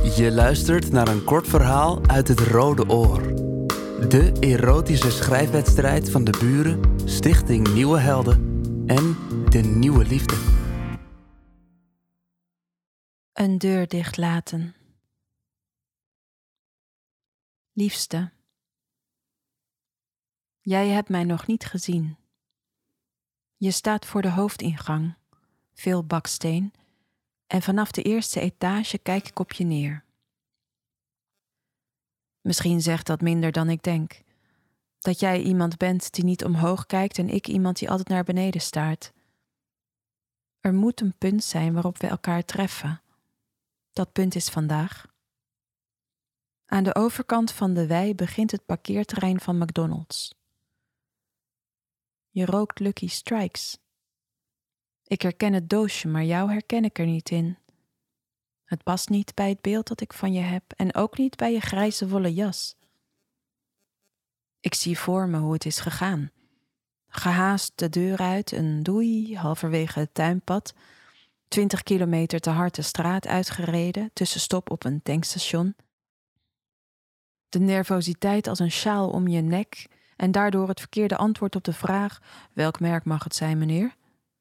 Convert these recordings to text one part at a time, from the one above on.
Je luistert naar een kort verhaal uit het Rode Oor. De erotische schrijfwedstrijd van de Buren, Stichting Nieuwe Helden en De Nieuwe Liefde. Een deur dichtlaten. Liefste, jij hebt mij nog niet gezien. Je staat voor de hoofdingang, veel baksteen, en vanaf de eerste etage kijk ik op je neer. Misschien zegt dat minder dan ik denk. Dat jij iemand bent die niet omhoog kijkt en ik iemand die altijd naar beneden staart. Er moet een punt zijn waarop we elkaar treffen. Dat punt is vandaag. Aan de overkant van de wei begint het parkeerterrein van McDonald's. Je rookt Lucky Strikes. Ik herken het doosje, maar jou herken ik er niet in. Het past niet bij het beeld dat ik van je heb en ook niet bij je grijze wollen jas. Ik zie voor me hoe het is gegaan. Gehaast de deur uit, een doei, halverwege het tuinpad, 20 kilometer te hard de straat uitgereden, tussenstop op een tankstation. De nervositeit als een sjaal om je nek en daardoor het verkeerde antwoord op de vraag: welk merk mag het zijn, meneer?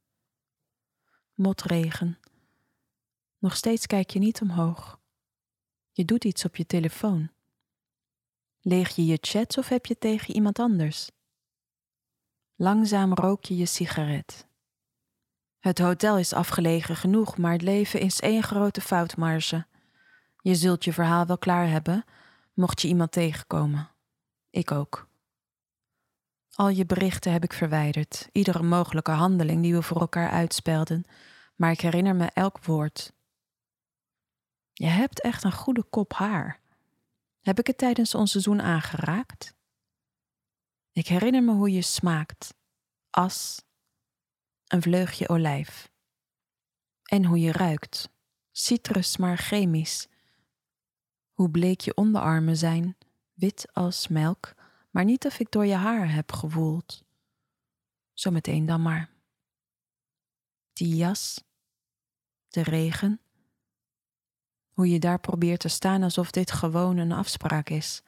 Motregen. Nog steeds kijk je niet omhoog. Je doet iets op je telefoon. Leeg je je chats of heb je tegen iemand anders? Langzaam rook je je sigaret. Het hotel is afgelegen genoeg, maar het leven is één grote foutmarge. Je zult je verhaal wel klaar hebben, mocht je iemand tegenkomen. Ik ook. Al je berichten heb ik verwijderd, iedere mogelijke handeling die we voor elkaar uitspelden, maar ik herinner me elk woord. Je hebt echt een goede kop haar. Heb ik het tijdens ons seizoen aangeraakt? Ik herinner me hoe je smaakt. As, een vleugje olijf. En hoe je ruikt. Citrus, maar chemisch. Hoe bleek je onderarmen zijn, wit als melk, maar niet of ik door je haar heb gewoeld. Zometeen dan maar. Die jas, de regen. Hoe je daar probeert te staan alsof dit gewoon een afspraak is.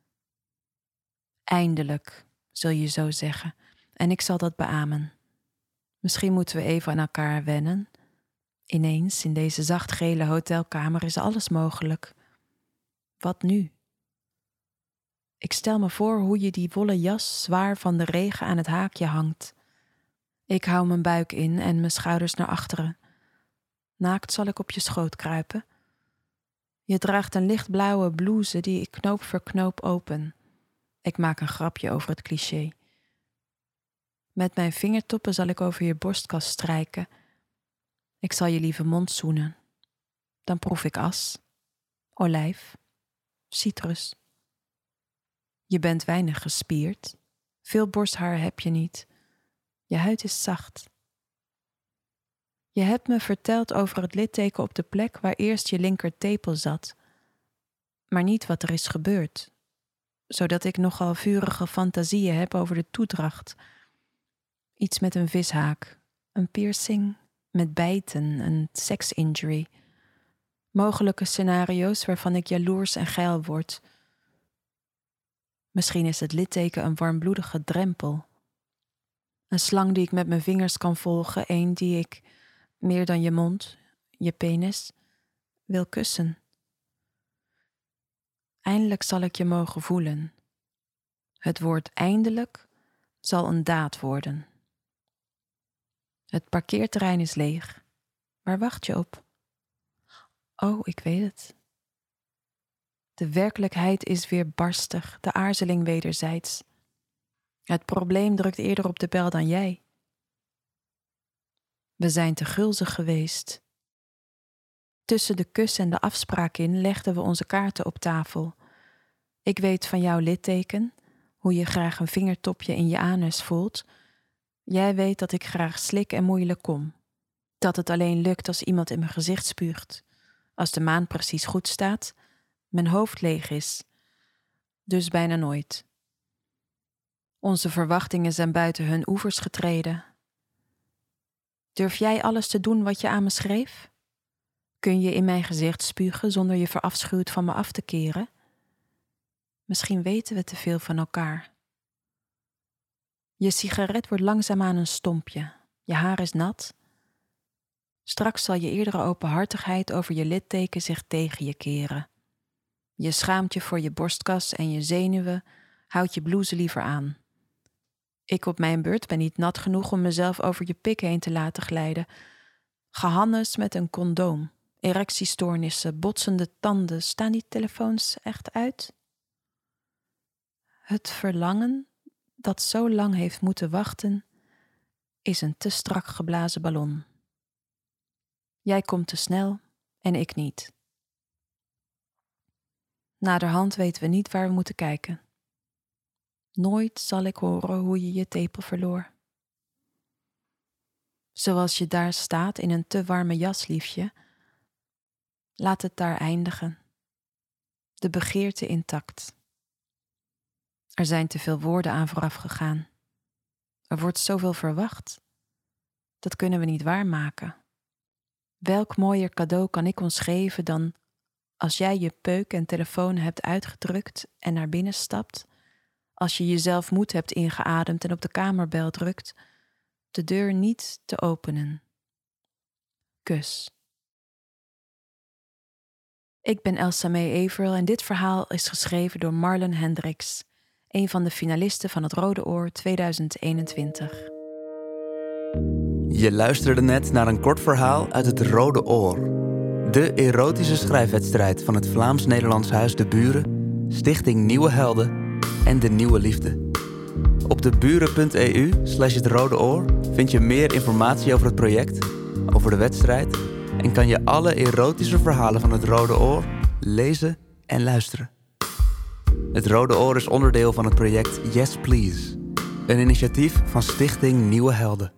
Eindelijk, zul je zo zeggen, en ik zal dat beamen. Misschien moeten we even aan elkaar wennen. Ineens, in deze zachtgele hotelkamer, is alles mogelijk. Wat nu? Ik stel me voor hoe je die wollen jas zwaar van de regen aan het haakje hangt. Ik hou mijn buik in en mijn schouders naar achteren. Naakt zal ik op je schoot kruipen. Je draagt een lichtblauwe blouse die ik knoop voor knoop open. Ik maak een grapje over het cliché. Met mijn vingertoppen zal ik over je borstkas strijken. Ik zal je lieve mond zoenen. Dan proef ik as, olijf, citrus. Je bent weinig gespierd. Veel borsthaar heb je niet. Je huid is zacht. Je hebt me verteld over het litteken op de plek waar eerst je linkertepel zat. Maar niet wat er is gebeurd. Zodat ik nogal vurige fantasieën heb over de toedracht. Iets met een vishaak, een piercing, met bijten, een seksinjury. Mogelijke scenario's waarvan ik jaloers en geil word. Misschien is het litteken een warmbloedige drempel. Een slang die ik met mijn vingers kan volgen, een die ik, meer dan je mond, je penis, wil kussen. Eindelijk zal ik je mogen voelen. Het woord eindelijk zal een daad worden. Het parkeerterrein is leeg. Waar wacht je op? Oh, ik weet het. De werkelijkheid is weer barstig, de aarzeling wederzijds. Het probleem drukt eerder op de bel dan jij. We zijn te gulzig geweest. Tussen de kus en de afspraak in legden we onze kaarten op tafel. Ik weet van jouw litteken, hoe je graag een vingertopje in je anus voelt. Jij weet dat ik graag slik en moeilijk kom. Dat het alleen lukt als iemand in mijn gezicht spuugt. Als de maan precies goed staat, mijn hoofd leeg is. Dus bijna nooit. Onze verwachtingen zijn buiten hun oevers getreden. Durf jij alles te doen wat je aan me schreef? Kun je in mijn gezicht spugen zonder je verafschuwd van me af te keren? Misschien weten we te veel van elkaar. Je sigaret wordt langzaamaan een stompje. Je haar is nat. Straks zal je eerdere openhartigheid over je litteken zich tegen je keren. Je schaamt je voor je borstkas en je zenuwen houdt je blouse liever aan. Ik op mijn beurt ben niet nat genoeg om mezelf over je pik heen te laten glijden. Gehannes met een condoom, erectiestoornissen, botsende tanden. Staan die telefoons echt uit? Het verlangen dat zo lang heeft moeten wachten, is een te strak geblazen ballon. Jij komt te snel en ik niet. Naderhand weten we niet waar we moeten kijken. Nooit zal ik horen hoe je je tepel verloor. Zoals je daar staat in een te warme jas, liefje. Laat het daar eindigen. De begeerte intact. Er zijn te veel woorden aan vooraf gegaan. Er wordt zoveel verwacht. Dat kunnen we niet waarmaken. Welk mooier cadeau kan ik ons geven dan als jij je peuk en telefoon hebt uitgedrukt en naar binnen stapt, als je jezelf moed hebt ingeademd en op de kamerbel drukt, de deur niet te openen. Kus. Ik ben Elsa May Averill en dit verhaal is geschreven door Marlon Hendricks, een van de finalisten van het Rode Oor 2021. Je luisterde net naar een kort verhaal uit het Rode Oor. De erotische schrijfwedstrijd van het Vlaams-Nederlands Huis De Buren, Stichting Nieuwe Helden en De Nieuwe Liefde. Op deburen.eu/het Rode Oor vind je meer informatie over het project, over de wedstrijd en kan je alle erotische verhalen van het Rode Oor lezen en luisteren. Het Rode Oor is onderdeel van het project Yes Please, een initiatief van Stichting Nieuwe Helden.